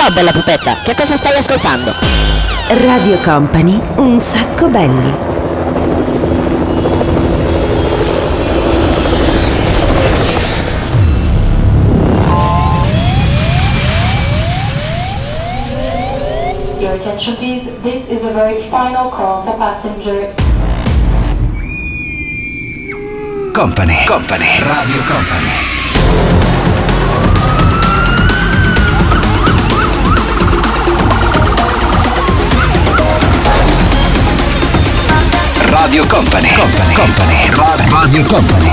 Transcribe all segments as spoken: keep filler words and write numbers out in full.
Ciao bella pupetta, che cosa stai ascoltando? Radio Company, un sacco belli. Your attention please, this is a very final call for passenger. Company, Company, Radio Company. Radio Company, Company, Company, Radio Company.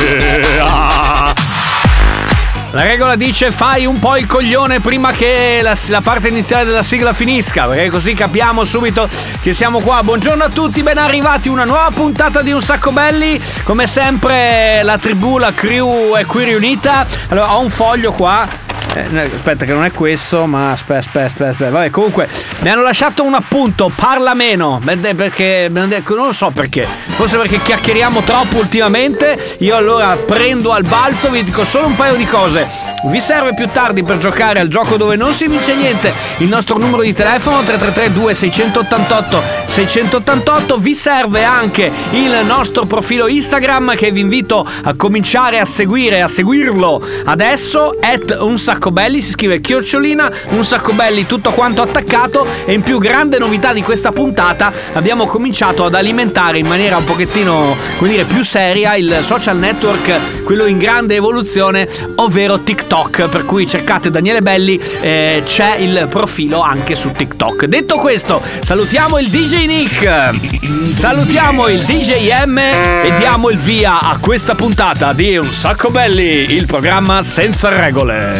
La regola dice fai un po' il coglione prima che la, la parte iniziale della sigla finisca, perché così capiamo subito che siamo qua. Buongiorno a tutti, ben arrivati, una nuova puntata di Un Sacco Belli. Come sempre la tribù, la crew è qui riunita. Allora ho un foglio qua. Eh, aspetta che non è questo, ma aspetta, aspetta, aspetta, aspetta. Vabbè, comunque mi hanno lasciato un appunto, parla meno, perché non lo so perché, forse perché chiacchieriamo troppo ultimamente. Io allora prendo al balzo, vi dico solo un paio di cose. Vi serve più tardi per giocare al gioco dove non si vince niente il nostro numero di telefono tre tre tre due sei otto otto sei otto otto. Vi serve anche il nostro profilo Instagram, che vi invito a cominciare a seguire, a seguirlo adesso, at un sacco belli, si scrive chiocciolina un sacco belli tutto quanto attaccato. E in più, grande novità di questa puntata, abbiamo cominciato ad alimentare in maniera un pochettino, come dire, più seria il social network, quello in grande evoluzione, ovvero TikTok. Per cui cercate Daniele Belli, eh, c'è il profilo anche su TikTok. Detto questo, salutiamo il D J Nick, salutiamo il D J M e diamo il via a questa puntata di Un Sacco Belli, il programma senza regole.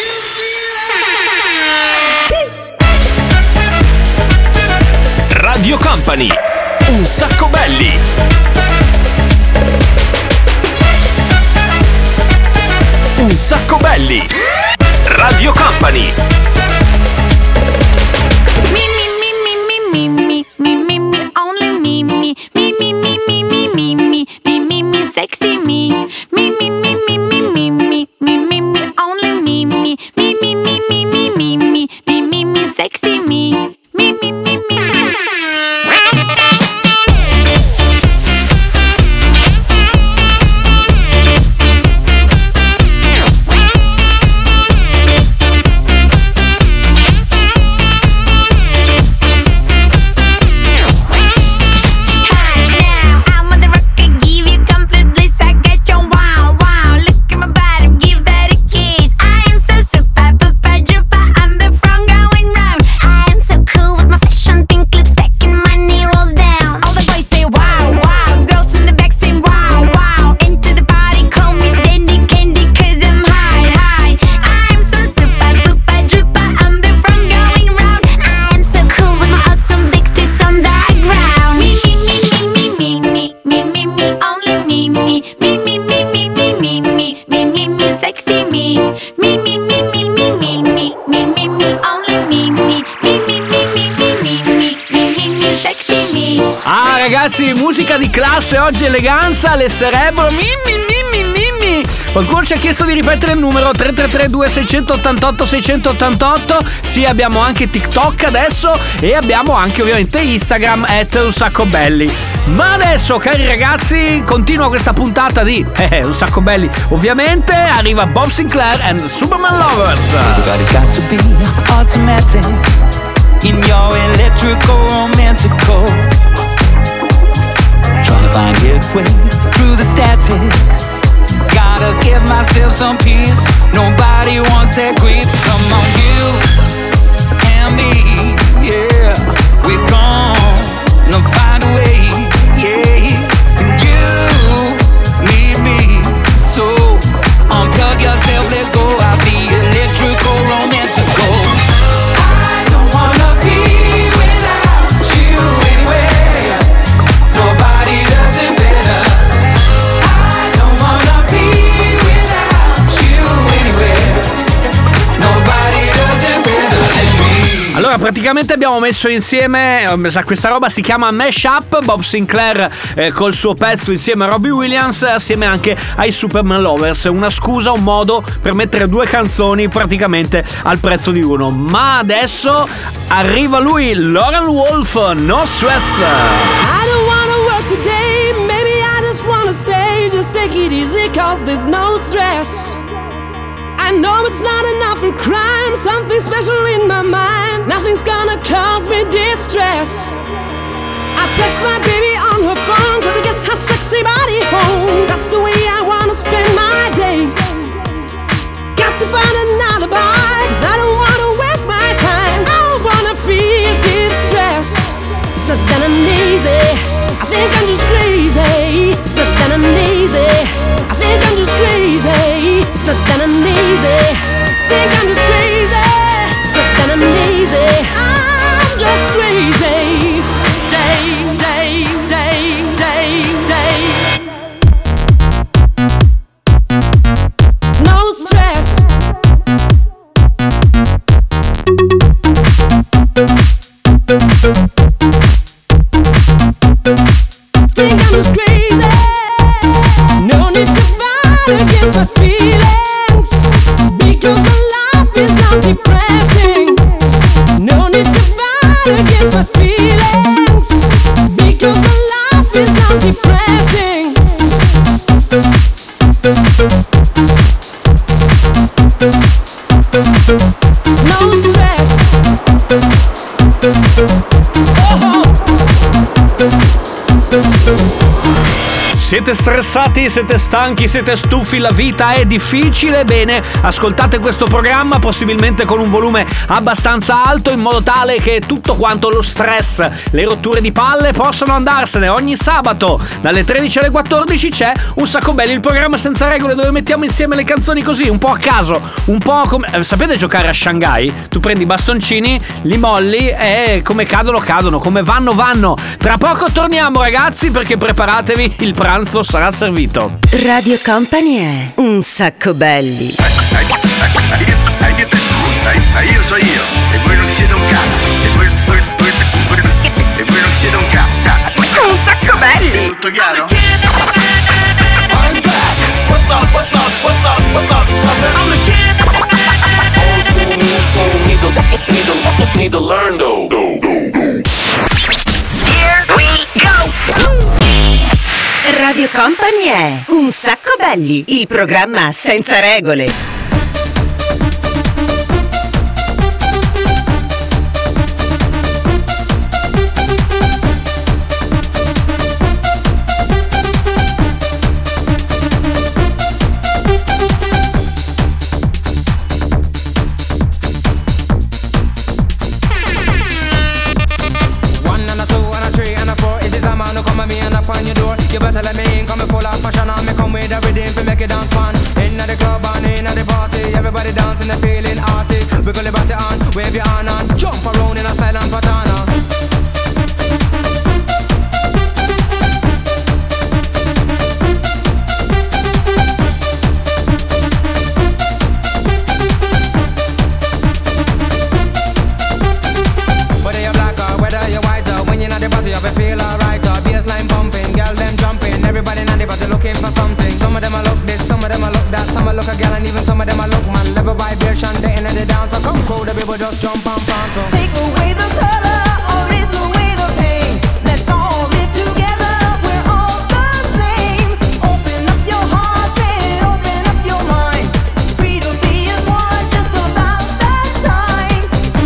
Radio Company, Un Sacco Belli. Un Sacco Belli, Radio Company. Me, me, me, me, me, me, me, me, me, only me, me, me, me, me, me, me, me, me, me, me, me, sexy me. Me, me, me, me, me, me, me, me, me, me, only me, me, me, me, me, me, me, me, me, me, me, me, sexy me. Me, me, me, me. Ragazzi, musica di classe oggi, eleganza, le cerebro, mimmi, mimmi, mimmi. Qualcuno ci ha chiesto di ripetere il numero tre tre tre due sei otto otto sei otto otto. Sì, abbiamo anche TikTok adesso e abbiamo anche ovviamente Instagram, at Un Sacco Belli. Ma adesso, cari ragazzi, continua questa puntata di eh, Un Sacco Belli. Ovviamente arriva Bob Sinclair and Superman Lovers. Everybody's got to be automatic in your electrical romantical. Trying to find your way through the static. Gotta give myself some peace. Nobody wants that grief. Come on, you and me, yeah. We're gonna find a way, yeah. And you need me, so unplug yourself, let go. I'll be electrical, romantical. I don't wanna be without you anywhere. Nobody does it better. I don't wanna be without you anywhere. Nobody does it better than me. Allora, praticamente abbiamo messo insieme, questa roba si chiama Mashup, Bob Sinclair eh, col suo pezzo insieme a Robbie Williams, assieme anche ai Superman Lovers. Una scusa, un modo per mettere due canzoni praticamente al prezzo di uno. Ma adesso arriva lui, Loren Wolf, No Stress. I don't wanna work today, maybe I just wanna stay, just take it easy cause there's no stress. I know it's not enough for crime, something special in my mind, nothing's gonna cause me distress. I text my baby on her phone, try to get her sexy body home, that's the way I wanna spend my day. Got to find an alibi, cause I don't wanna waste my time, I don't wanna feel distress. It's not that I'm lazy, I think I'm just crazy. It's not that I'm lazy, I think I'm just crazy. It's not that I'm lazy, I think I'm just crazy. It's not that I'm lazy, I'm just crazy. Day, day, day, day, day. No stress. Think I'm just crazy. No need to fight against my feelings, because my life is not depressing. No need to fight against my feelings, because my life is not depressing. No stress. Oh. Siete stressati, siete stanchi, siete stufi, la vita è difficile? Bene, ascoltate questo programma possibilmente con un volume abbastanza alto, in modo tale che tutto quanto lo stress, le rotture di palle possano andarsene. Ogni sabato dalle tredici alle quattordici c'è Un Sacco Belli, il programma senza regole dove mettiamo insieme le canzoni così, un po' a caso, un po' come... Eh, sapete giocare a Shanghai? Tu prendi i bastoncini, li molli e come cadono cadono, come vanno vanno. Tra poco torniamo ragazzi, perché preparatevi, il pranzo sarà servito. Radio Company è Un Sacco Belli. Io so io, e voi non siete un cazzo, e voi, voi, voi, voi, e voi non siete un cazzo. Un Sacco Belli. Tutto chiaro? I'm back. What's up, what's up, what's up, what's up, sucker? I'm the kid. Old school, new school, need to, need to, need to learn though. Here we go. Radio Company è Un Sacco Belli, il programma senza regole. You better let me in, come full of passion and me come with a rhythm to make it dance fun. Inna the club and inna the party, everybody dancing and feeling arty. Wiggle your body on, wave your hand on, jump around in a style and patana. Whether you're black or whether you're white, when you're not the party, you feel alright. Bassline pumping, girl them jumping, everybody now they but looking for something. Some of them a look this, some of them a look that, some a look a girl and even some of them a look man. Level vibration, they in the dance, so come cool, the people just jump and bounce. So Take away the color or erase away the pain. Let's all live together, we're all the same. Open up your heart and open up your mind. Free to be as one, just about that time.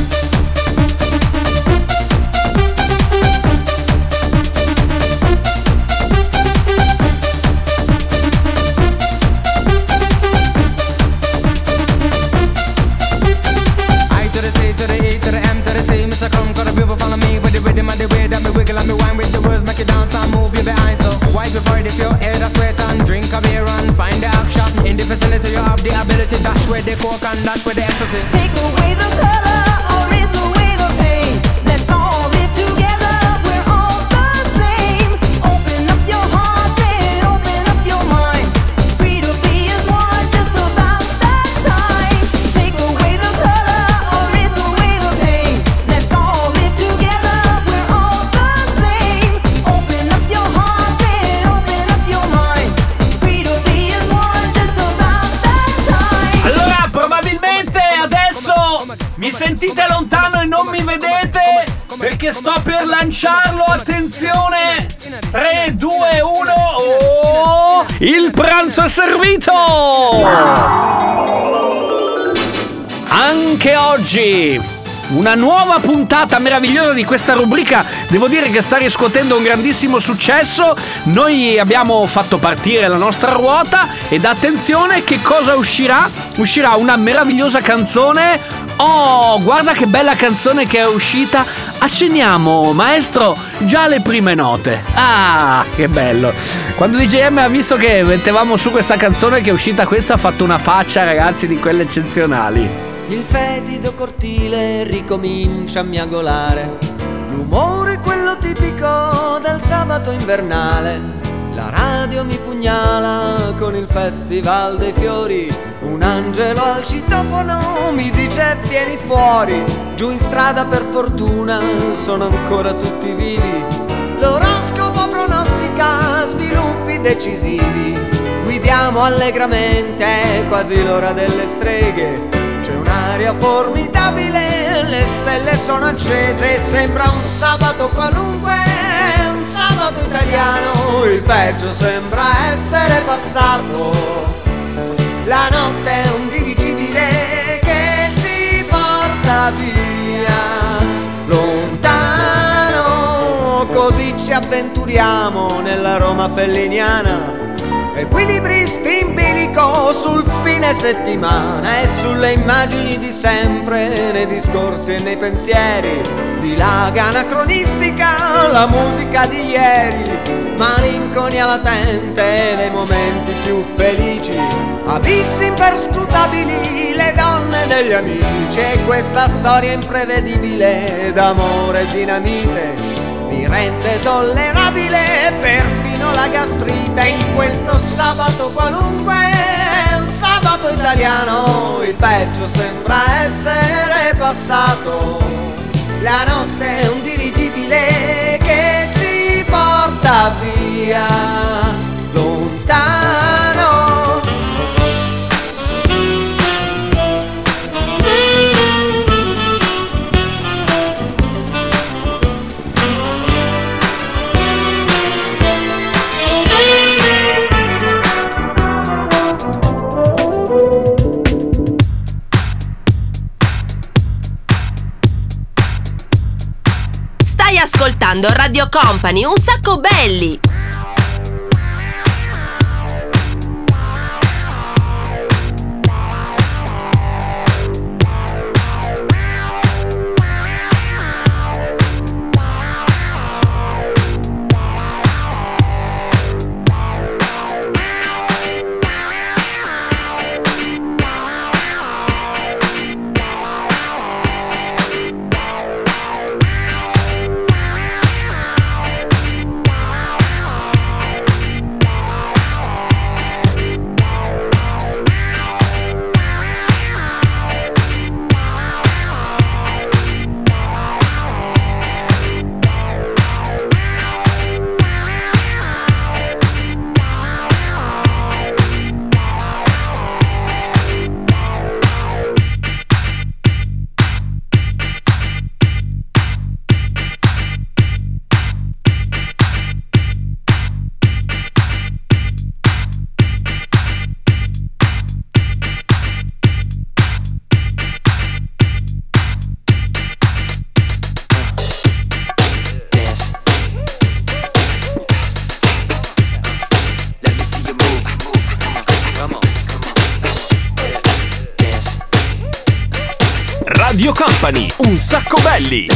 I to the C to the E to the M to the C, Mister Come, cause the people follow me with the rhythm and the way that me wiggle and me wine with the words, make you dance and move your behind. So wipe before it if your head a sweat and drink a beer and find the action. In the vicinity you have the ability, dash with the coke and dash with the ecstasy. Take away the color or erase away the pain. Let's all live together, we're all the same. Open up your heart and open up your mind. Free to be as one, just about that time. Take away the color or erase away the pain. Let's che sto per lanciarlo, attenzione! tre, due, uno, oh! Il pranzo è servito! Anche oggi una nuova puntata meravigliosa di questa rubrica, devo dire che sta riscuotendo un grandissimo successo. Noi abbiamo fatto partire la nostra ruota ed attenzione, che cosa uscirà? Uscirà una meravigliosa canzone. Oh, guarda che bella canzone che è uscita. Accenniamo, maestro, già le prime note. Ah, che bello. Quando D J M ha visto che mettevamo su questa canzone che è uscita questa, ha fatto una faccia, ragazzi, di quelle eccezionali. Il fetido cortile ricomincia a miagolare, l'umore è quello tipico del sabato invernale. La radio mi pugnala con il festival dei fiori, un angelo al citofono mi dice vieni fuori. Giù in strada per fortuna sono ancora tutti vivi, l'oroscopo pronostica sviluppi decisivi. Guidiamo allegramente, quasi l'ora delle streghe. C'è un'aria formidabile, le stelle sono accese, sembra un sabato qualunque, un sabato italiano, il peggio sembra essere passato. La notte è un dirigibile che ci porta via, lontano, così ci avventuriamo nella Roma felliniana. Equilibristi in bilico sul fine settimana e sulle immagini di sempre, nei discorsi e nei pensieri, dilaga anacronistica la musica di ieri, malinconia latente dei momenti più felici, abissi imperscrutabili, le donne degli amici e questa storia imprevedibile d'amore e dinamite mi rende tollerabile perfino la gastrite. In questo sabato qualunque, un sabato italiano, il peggio sembra essere passato. La notte è un dirigibile che ci porta via, lontano. Stai ascoltando Radio Company, un sacco belli! Radio Company, un sacco belli.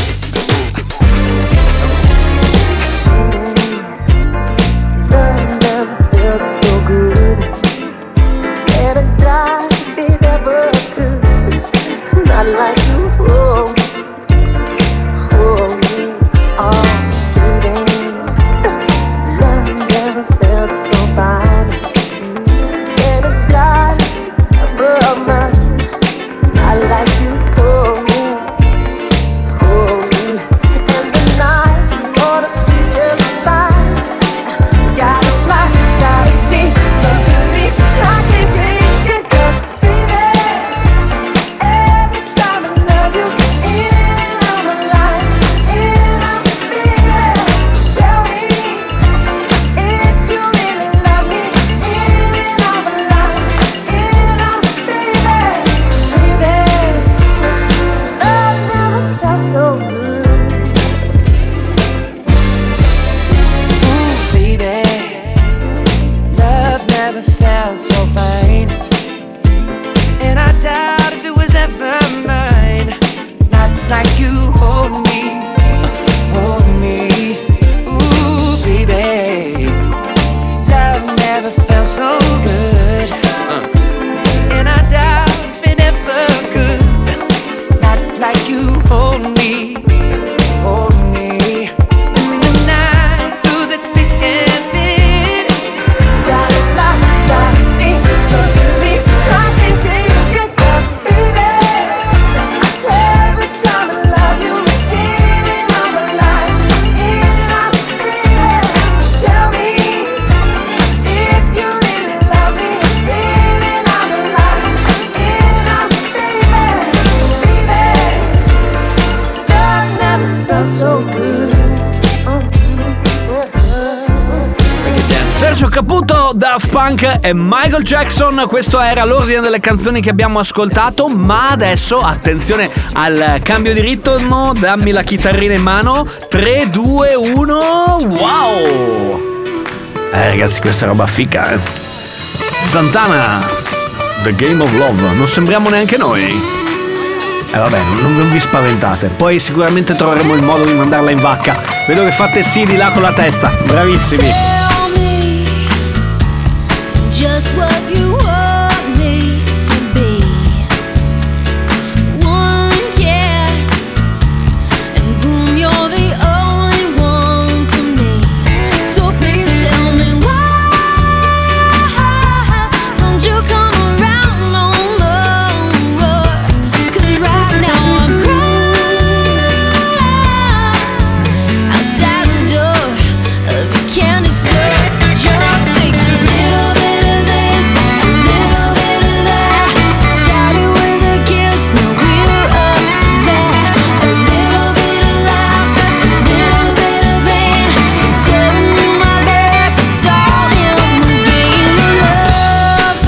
Felt so good, and I died if it ever could. Not like you, oh, oh me, oh baby. Love never felt so fine, and I died above mine. Not like you, oh me, oh me. Sergio Caputo, Daft Punk e Michael Jackson. Questo era l'ordine delle canzoni che abbiamo ascoltato, ma adesso attenzione al cambio di ritmo. Dammi la chitarrina in mano. tre, due, uno. Wow! Eh ragazzi, questa è roba fica, eh. Santana, The Game of Love. Non sembriamo neanche noi. Eh vabbè, non, non vi spaventate. Poi sicuramente troveremo il modo di mandarla in vacca. Vedo che fate sì di là con la testa. Bravissimi. Tell me just what you want me to be. One kiss and boom, you're the only one for me. So please tell me why don't you come around no more? 'Cause right now I'm crying outside the door of your candy store. Just takes a little bit of this, a little bit of that. Started with a kiss, now we're up to that. A little bit of laughs, a little bit of pain. I'm telling you, my babe, it's all in the game of love.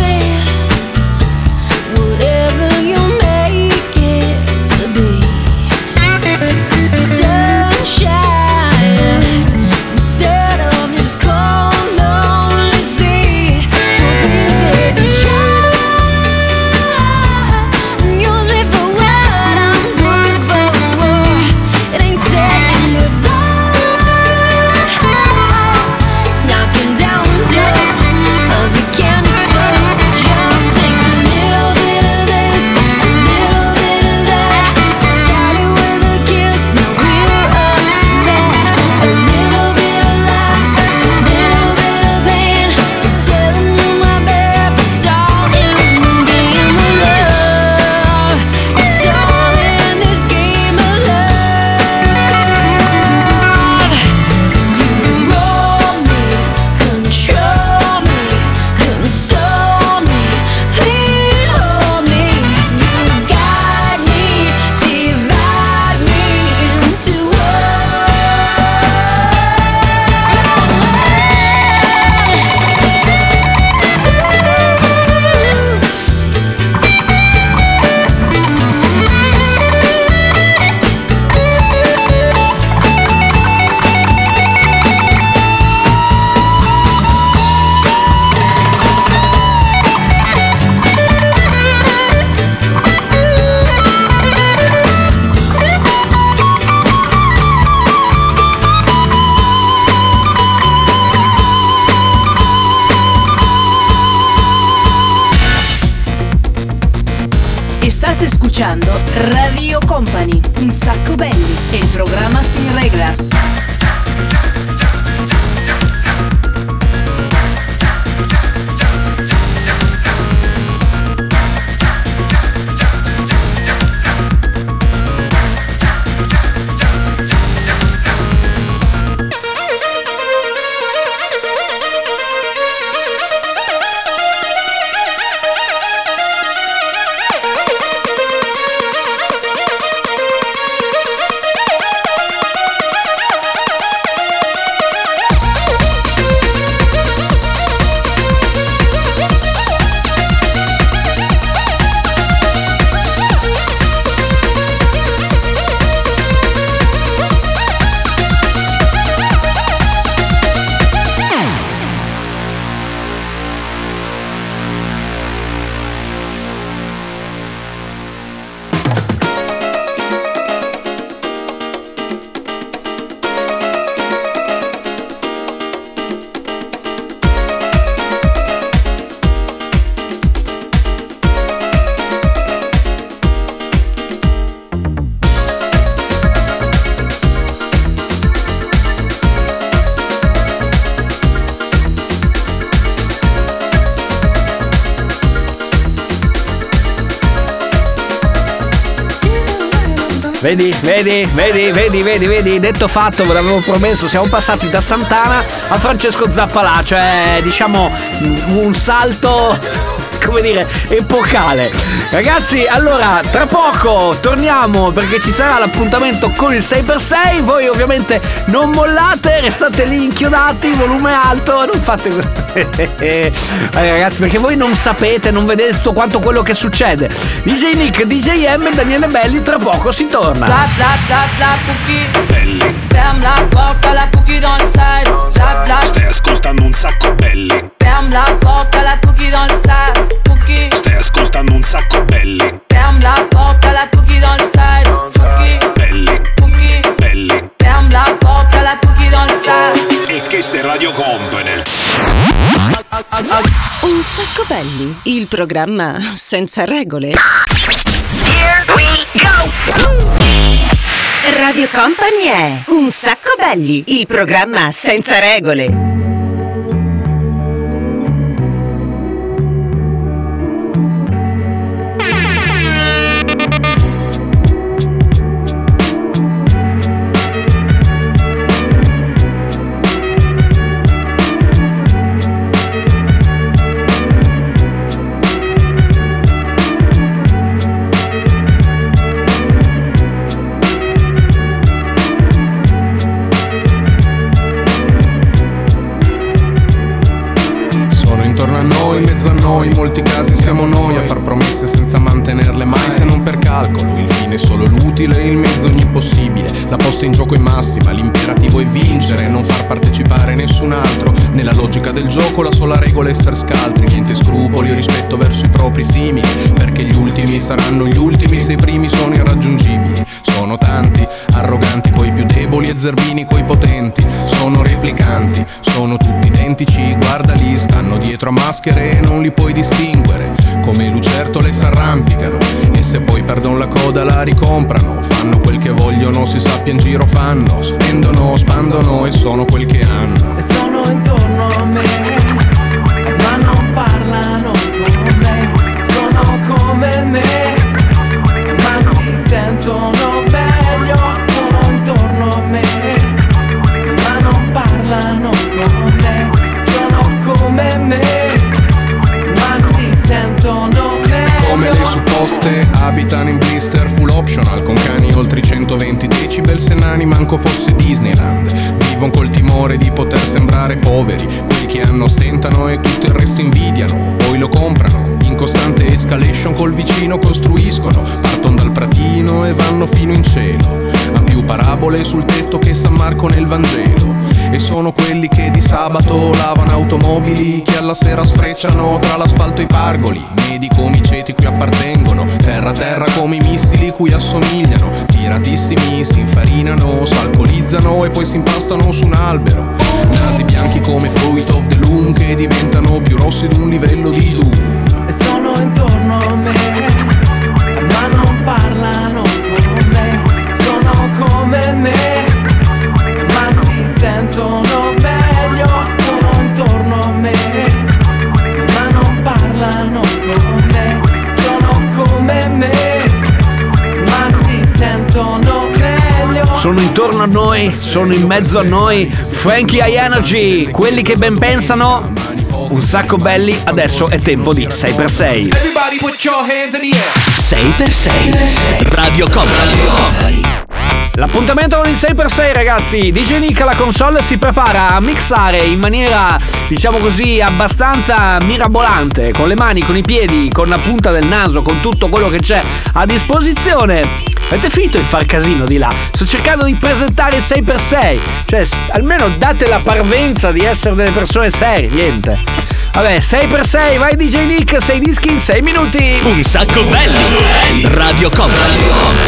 Is whatever you make it to be. Sunshine instead of this cold, lonely sea. So please, baby, try and use me for what I'm good for. It ain't saying goodbye. It's knocking down the door of your candy store. Just takes a little bit of this, a little bit of that. Started with a kiss, now we're up to that. A little bit of laughs, a little bit of pain. I'm telling you, my babe, it's all in the game of love. It's all in this game of love. You roll me, control me, console me, please hold me. You guide me, divide me into one. Estás escuchando Radio Company, un sacco belli, el programa sin reglas. Vedi, vedi, vedi, vedi, vedi, vedi, detto fatto, ve l'avevo promesso, siamo passati da Santana a Francesco Zappalà, cioè diciamo un salto come dire, epocale. Ragazzi, allora, tra poco torniamo perché ci sarà l'appuntamento con il sei per sei. Voi ovviamente non mollate, restate lì inchiodati, volume alto, non fate... eh, ragazzi, perché voi non sapete, non vedete tutto quanto quello che succede. D J Nick, D J M e Daniele Belli, tra poco si torna. Bla bla bla bla Puki. Belli. Ferme la porta, la Puki dans le side. Bla bla. Stai ascoltando un sacco belli. Ferme la porta, la Puki dans le side. Puki. Stai ascoltando un sacco belli. Ferme la porta, la Puki dans le side. Puki. Belli. Puki. Belli. Ferme la porta, la Puki dans le side. E che ste Radio Company. Un sacco belli, il programma senza regole. Here we go! Radio Company è Un sacco belli, il programma senza regole. In molti casi siamo noi a far promesse senza mantenerle mai, se non per calcolo. Il fine è solo l'utile, il mezzo ogni possibile. La posta in gioco è massima, l'imperativo è vincere, non far partecipare nessun altro. Nella logica del gioco la sola regola è essere scaltri. Niente scrupoli o rispetto verso i propri simili, perché gli ultimi saranno gli ultimi se i primi sono irraggiungibili. Sono tanti, arroganti coi più deboli e zerbini coi potenti. Sono replicanti, sono tutti identici, guardali, stanno dietro a maschere e non li puoi distinguere. Come lucertole s'arrampicano e se poi perdono la coda la ricomprano. Fanno quel che vogliono, si sappia in giro fanno. Spendono, spandono e sono quel che hanno. E sono intorno a me, ma non parlano con me. Sono come me, ma si sentono meglio. Sono intorno a me, ma non parlano con me. Sono come me, ma si sentono meglio. Come le supposte abitano in blister full optional, con cani oltre i centoventi decibel, se nani manco fosse Disneyland. Vivono col timore di poter sembrare poveri, quelli che hanno stentano e tutto il resto invidiano. Poi lo comprano, in costante escalation col vicino costruiscono. Partono dal pratino e vanno fino in cielo. Ha più parabole sul tetto che San Marco nel Vangelo. E sono quelli che di sabato lavano automobili, che alla sera sfrecciano tra l'asfalto e i pargoli. Medi come i ceti cui appartengono, terra a terra come i missili cui assomigliano. Tiratissimi si infarinano, s'alcolizzano e poi si impastano su un albero. Nasi bianchi come fruit of the loom, che diventano più rossi di un livello di Doom. E sono intorno a me, ma non parlano con me. Sono come me, ma si sentono meglio. Sono intorno a me, ma non parlano con me. Sono come me, ma si sentono meglio. Sono intorno a noi, sono in mezzo a noi. Frankie High Energy, quelli che ben pensano. Un sacco belli, adesso è tempo di sei per sei. sei per sei Radio Company. L'appuntamento con il sei per sei, ragazzi. D J Nick alla console si prepara a mixare in maniera, diciamo così, abbastanza mirabolante, con le mani, con i piedi, con la punta del naso, con tutto quello che c'è a disposizione. Avete finito di far casino di là? Sto cercando di presentare il sei per sei. Cioè, almeno date la parvenza di essere delle persone serie, niente. Vabbè, sei per sei, vai D J Nick, sei dischi in sei minuti. Un sacco belli. Radio Company.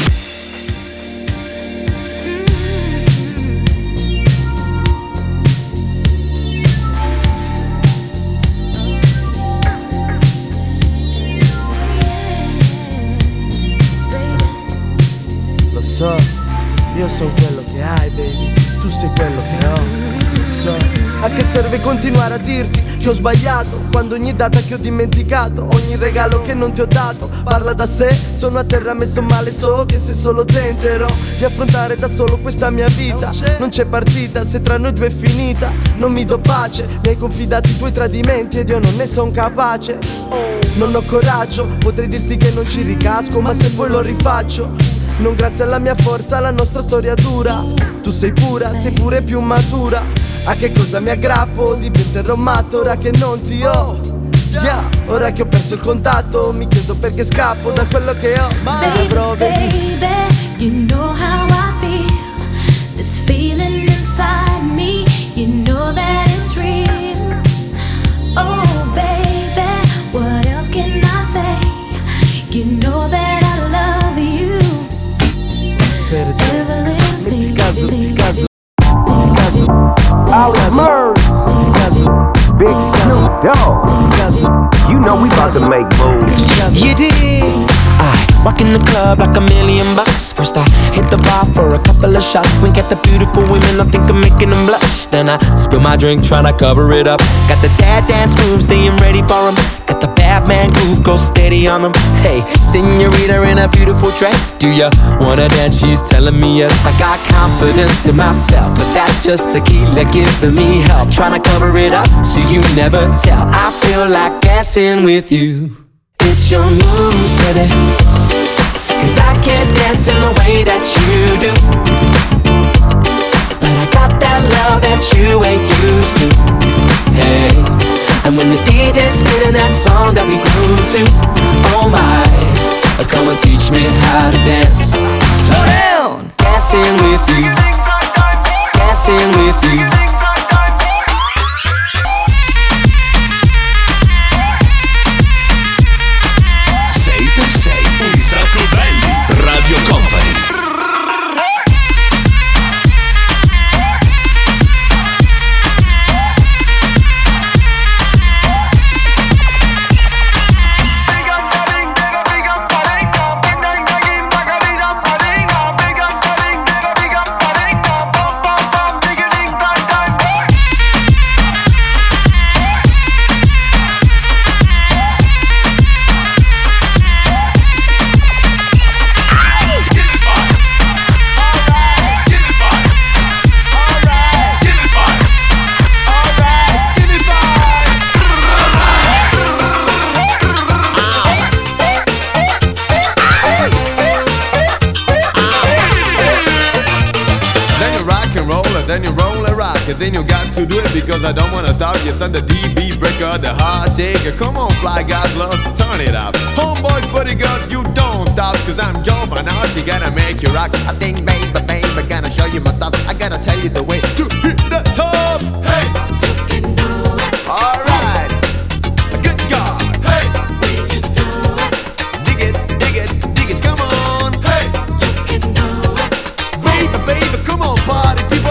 So, io sono quello che hai, baby, tu sei quello che ho. Lo so, a che serve continuare a dirti che ho sbagliato, quando ogni data che ho dimenticato, ogni regalo che non ti ho dato parla da sé. Sono a terra messo male, so che se solo tenterò di affrontare da solo questa mia vita, non c'è partita se tra noi due è finita. Non mi do pace, mi hai confidato i tuoi tradimenti ed io non ne son capace. Non ho coraggio, potrei dirti che non ci ricasco, ma se poi lo rifaccio, non grazie alla mia forza la nostra storia dura. Tu sei pura, sei pure più matura. A che cosa mi aggrappo? Diventerò matto ora che non ti ho. Yeah, ora che ho perso il contatto mi chiedo perché scappo da quello che ho. Ma avrò Baby, you know how I feel. This feeling inside me, you know that it's real. Oh baby, what else can I say? You know that I love you. Per esempio, metti caso, metti caso, metti caso, Big Snoop Dogg. You know we about to make moves. You did. I walk in the club like a million bucks. First I hit the bar for a couple of shots. Wink at the beautiful women, I think I'm making them blush. Then I spill my drink, tryna cover it up. Got the dad dance moves, they ain't ready for them. Got the Batman groove, go steady on them. Hey, senorita in a beautiful dress. Do ya wanna dance? She's telling me yes. I got confidence in myself, but that's just tequila giving me help. Tryna cover it up so you never tell. I feel like dancing with you. It's your moves, baby, 'cause I can't dance in the way that you do. But I got that love that you ain't used to. Hey, and when the D J's spinning that song that we grew to, oh my, come and teach me how to dance. Slow down. Dancing with you, dancing with you. Un sacco belli. Radio Company. Then you roll and rock, and then you got to do it because I don't wanna stop. Yes, I'm the D B breaker, the hard taker. Come on, fly guys, love to turn it up. Homeboys, buddy girls, you don't stop, cause I'm jumping out, you gotta make you rock. I think, baby, baby, gonna show you my stuff. I gotta tell you the way to hit the top. Hey, you can do it. Alright, good God. Hey, we can do it. Dig it, dig it, dig it, come on. Hey, you can do it. Baby, baby, come on, party people.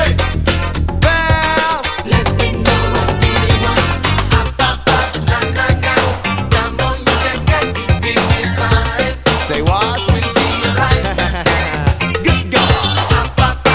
Say what? Good God.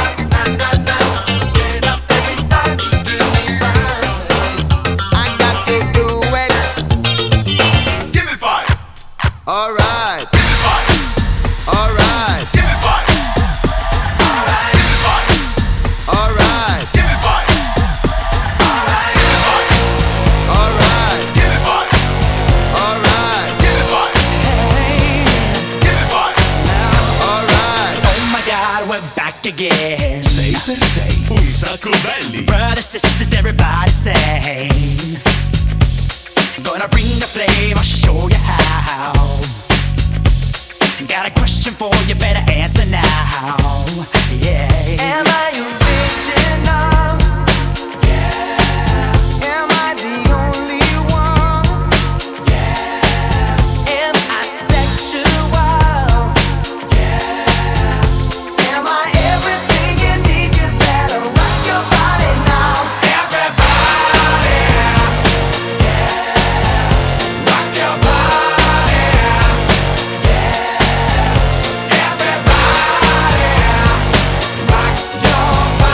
I got to do it. Give me five. All right. Give me five. All right. Give me five. All right. Give me five. All right. Give me five. All right. Give me five. All right. Give me five. All right. Give me five. We're back again. Sei per sei, un sacco belli. Brothers, sisters, everybody sing. Gonna bring the flame, I'll show you how. Got a question for you, better answer now. Yeah. Am I original? Yeah. Am I the only one? Yeah. Am I sexual? Rock your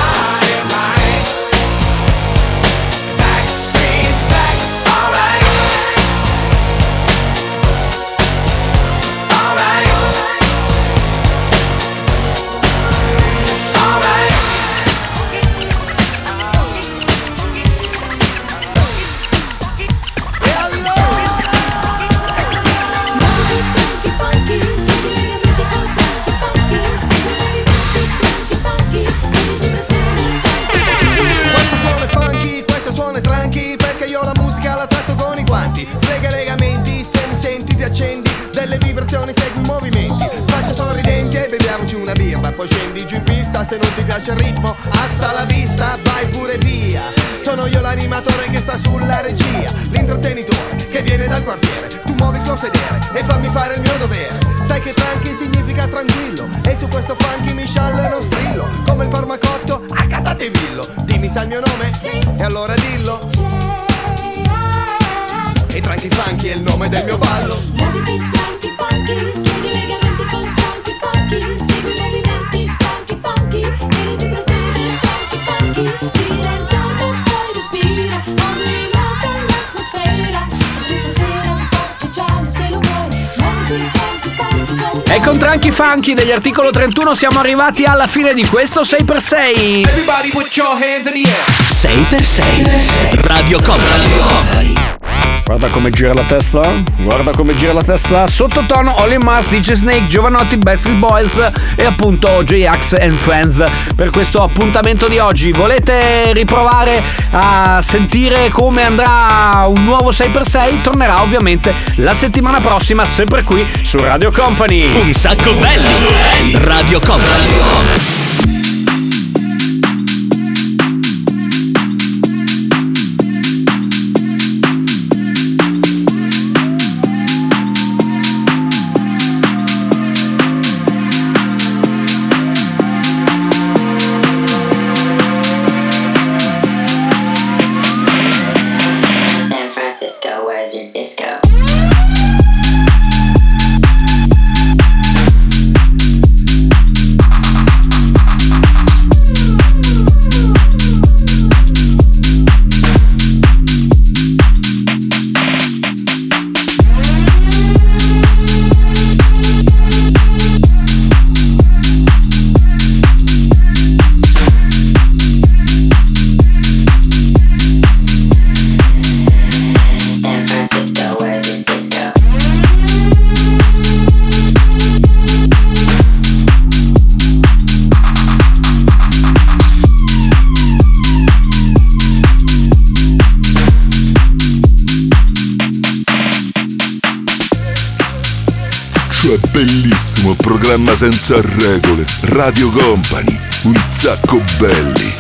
se non ti piace il ritmo, hasta la vista, vai pure via. Sono io l'animatore che sta sulla regia, l'intrattenitore che viene dal quartiere. Tu muovi il tuo sedere e fammi fare il mio dovere. Sai che tranqui significa tranquillo, e su questo funky mi sciallo e non strillo, come il parmacotto a Catatevillo. Dimmi sa il mio nome? Sì. E allora dillo. E tranqui funky è il nome del mio ballo. Muoviti tranqui funky, segui i legamenti con tranqui funky, segui i movimenti tranqui funky, e le vibrazioni del tranqui funky. Gira intorno, poi respira, ogni nota l'atmosfera. Questa sera un po' speciale se lo vuoi. Muoviti tranqui funky con E con Tranqui Funky degli Articolo trentuno siamo arrivati alla fine di questo sei per sei. Everybody put your hands in the air. sei per sei Radio Company. Guarda come gira la testa, guarda come gira la testa. Sottotono Olly Mars, D J Snake, Giovanotti, Backstreet Boys e appunto J-Ax and Friends per questo appuntamento di oggi. Volete riprovare a sentire come andrà un nuovo sei per sei? Tornerà ovviamente la settimana prossima, sempre qui su Radio Company. Un sacco belli. Radio Company. Where's your disco? Bellissimo programma senza regole, Radio Company, un sacco belli.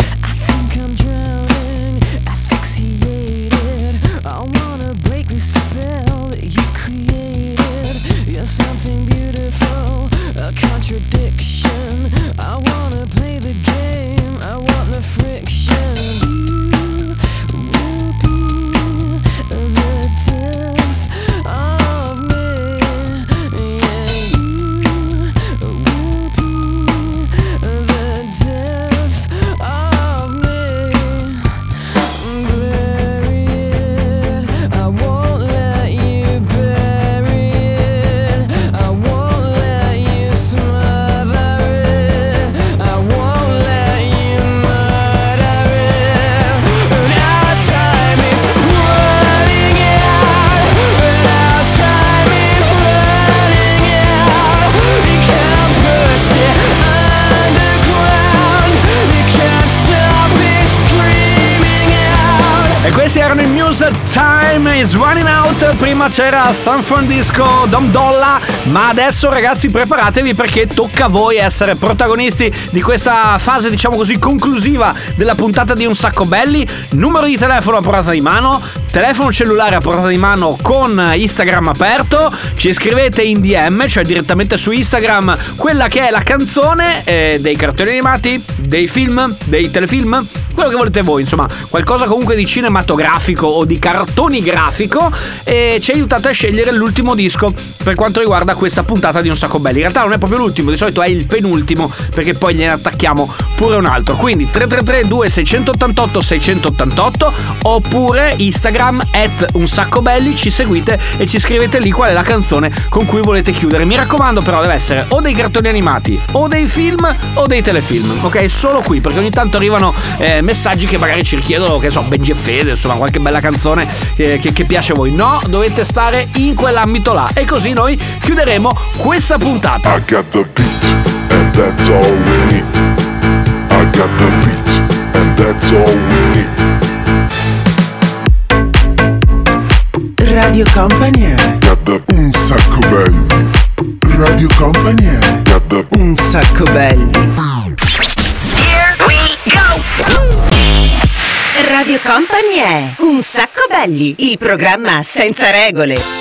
Questi erano i Muse, Time is Running Out. Prima c'era San Francisco, Dom Dolla. Ma adesso ragazzi preparatevi, perché tocca a voi essere protagonisti di questa fase, diciamo così, conclusiva della puntata di Un Sacco Belli. Numero di telefono a portata di mano, telefono cellulare a portata di mano con Instagram aperto. Ci scrivete in D M, cioè direttamente su Instagram, quella che è la canzone eh, dei cartoni animati, dei film, dei telefilm, quello che volete voi, insomma, qualcosa comunque di cinematografico o di cartonigrafico, e ci aiutate a scegliere l'ultimo disco per quanto riguarda questa puntata di Un Sacco Belli. In realtà non è proprio l'ultimo, di solito è il penultimo, perché poi gliene attacchiamo pure un altro. Quindi tre tre tre due sei otto otto sei otto otto oppure Instagram at Un Sacco Belli, ci seguite e ci scrivete lì qual è la canzone con cui volete chiudere. Mi raccomando però deve essere o dei cartoni animati o dei film o dei telefilm, ok? Solo qui, perché ogni tanto arrivano eh, messaggi che magari ci richiedono, che so, Benji e Fede, insomma qualche bella canzone eh, che, che piace a voi. No, dovete stare in quell'ambito là, e così noi chiuderemo questa puntata. I got the beat and that's all we need. I got the beat and that's all we need. Radio Company Got the Un Sacco Belli. Radio Company Got the Un Sacco Belli. Radio Company è Un Sacco Belli, il programma senza regole.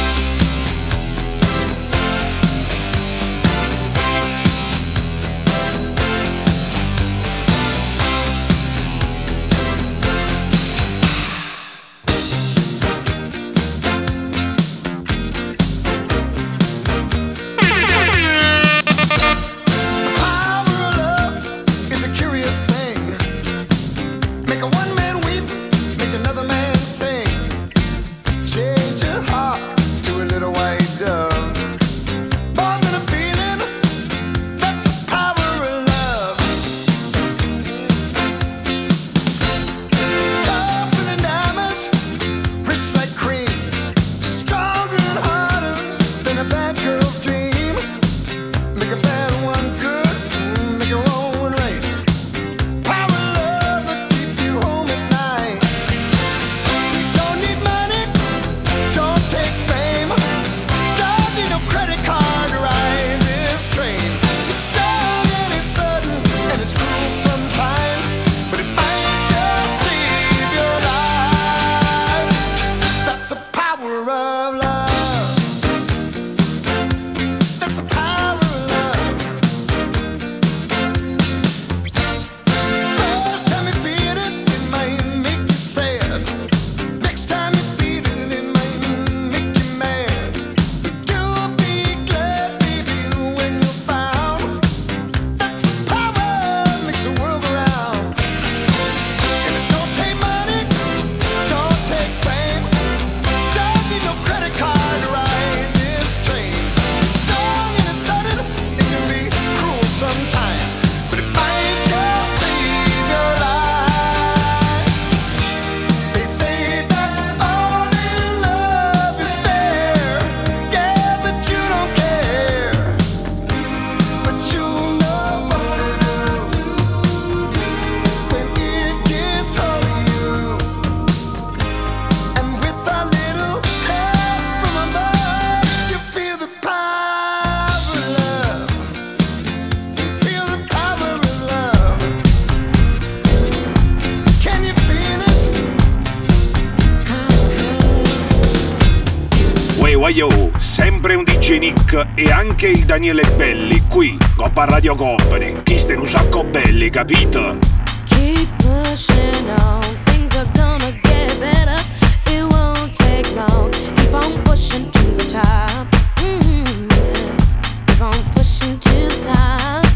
Yo, sempre un D J Nick e anche il Daniele Belli qui, Coppa Radio Company. Chi sta in un sacco belli, capito? Keep pushing on, things are gonna get better. It won't take long. Keep on pushing to the top. Mm-hmm, yeah. Keep on pushing to the top.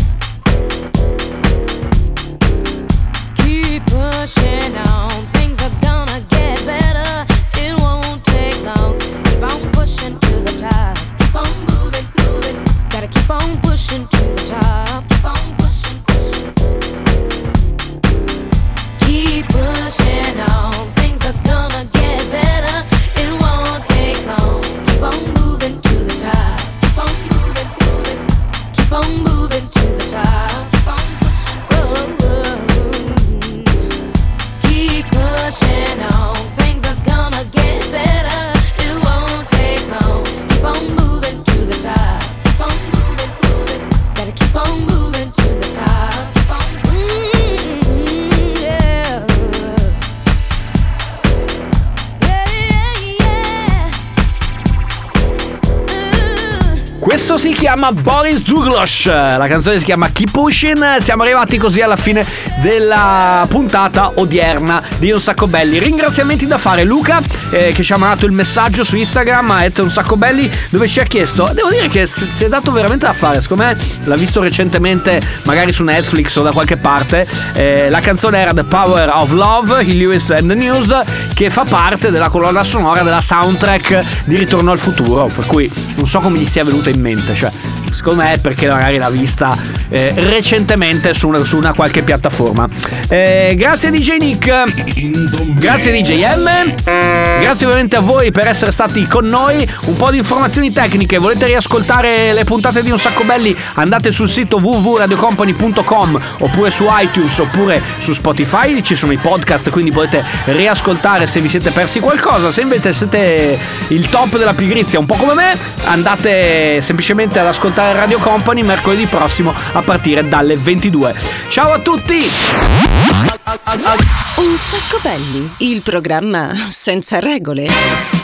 Keep pushing on, things are gonna get better. It won't take long. Keep on pushing to the top. Keep on moving, moving. Gotta keep on pushing to the top. Keep on pushing, pushing. Keep pushing on. Things are gonna get better. It won't take long. Keep on moving to the top. Keep on moving, moving. Keep on moving to the top. Keep on pushing. Whoa, whoa. Keep pushing on. Things are gonna get better. It won't take long. Keep on moving to the top. Keep on moving, moving. Gotta keep on moving to the top. Keep on pushing. Mm, yeah. Questo si chiama Boris Douglas, la canzone si chiama Keep Pushing. Siamo arrivati così alla fine della puntata odierna di Un Sacco Belli. Ringraziamenti da fare Luca eh, che ci ha mandato il messaggio su Instagram a Un Sacco Belli, dove ci ha chiesto, devo dire che si si è dato veramente da fare, secondo me l'ha visto recentemente magari su Netflix o da qualche parte, eh, la canzone era The Power of Love, Huey Lewis and the News, che fa parte della colonna sonora della soundtrack di Ritorno al futuro, per cui non so come gli sia venuta in mente, cioè secondo me è perché magari l'ha vista eh, recentemente su una, su una qualche piattaforma. Eh, grazie D J Nick, grazie D J M, grazie ovviamente a voi per essere stati con noi. Un po' di informazioni tecniche: volete riascoltare le puntate di Un Sacco Belli, andate sul sito w w w punto radio company punto com oppure su iTunes oppure su Spotify, ci sono i podcast, quindi potete riascoltare se vi siete persi qualcosa. Se invece siete il top della pigrizia un po' come me, andate semplicemente ad ascoltare ascoltare Radio Company mercoledì prossimo a partire dalle ventidue. Ciao a tutti! Un sacco belli, il programma senza regole.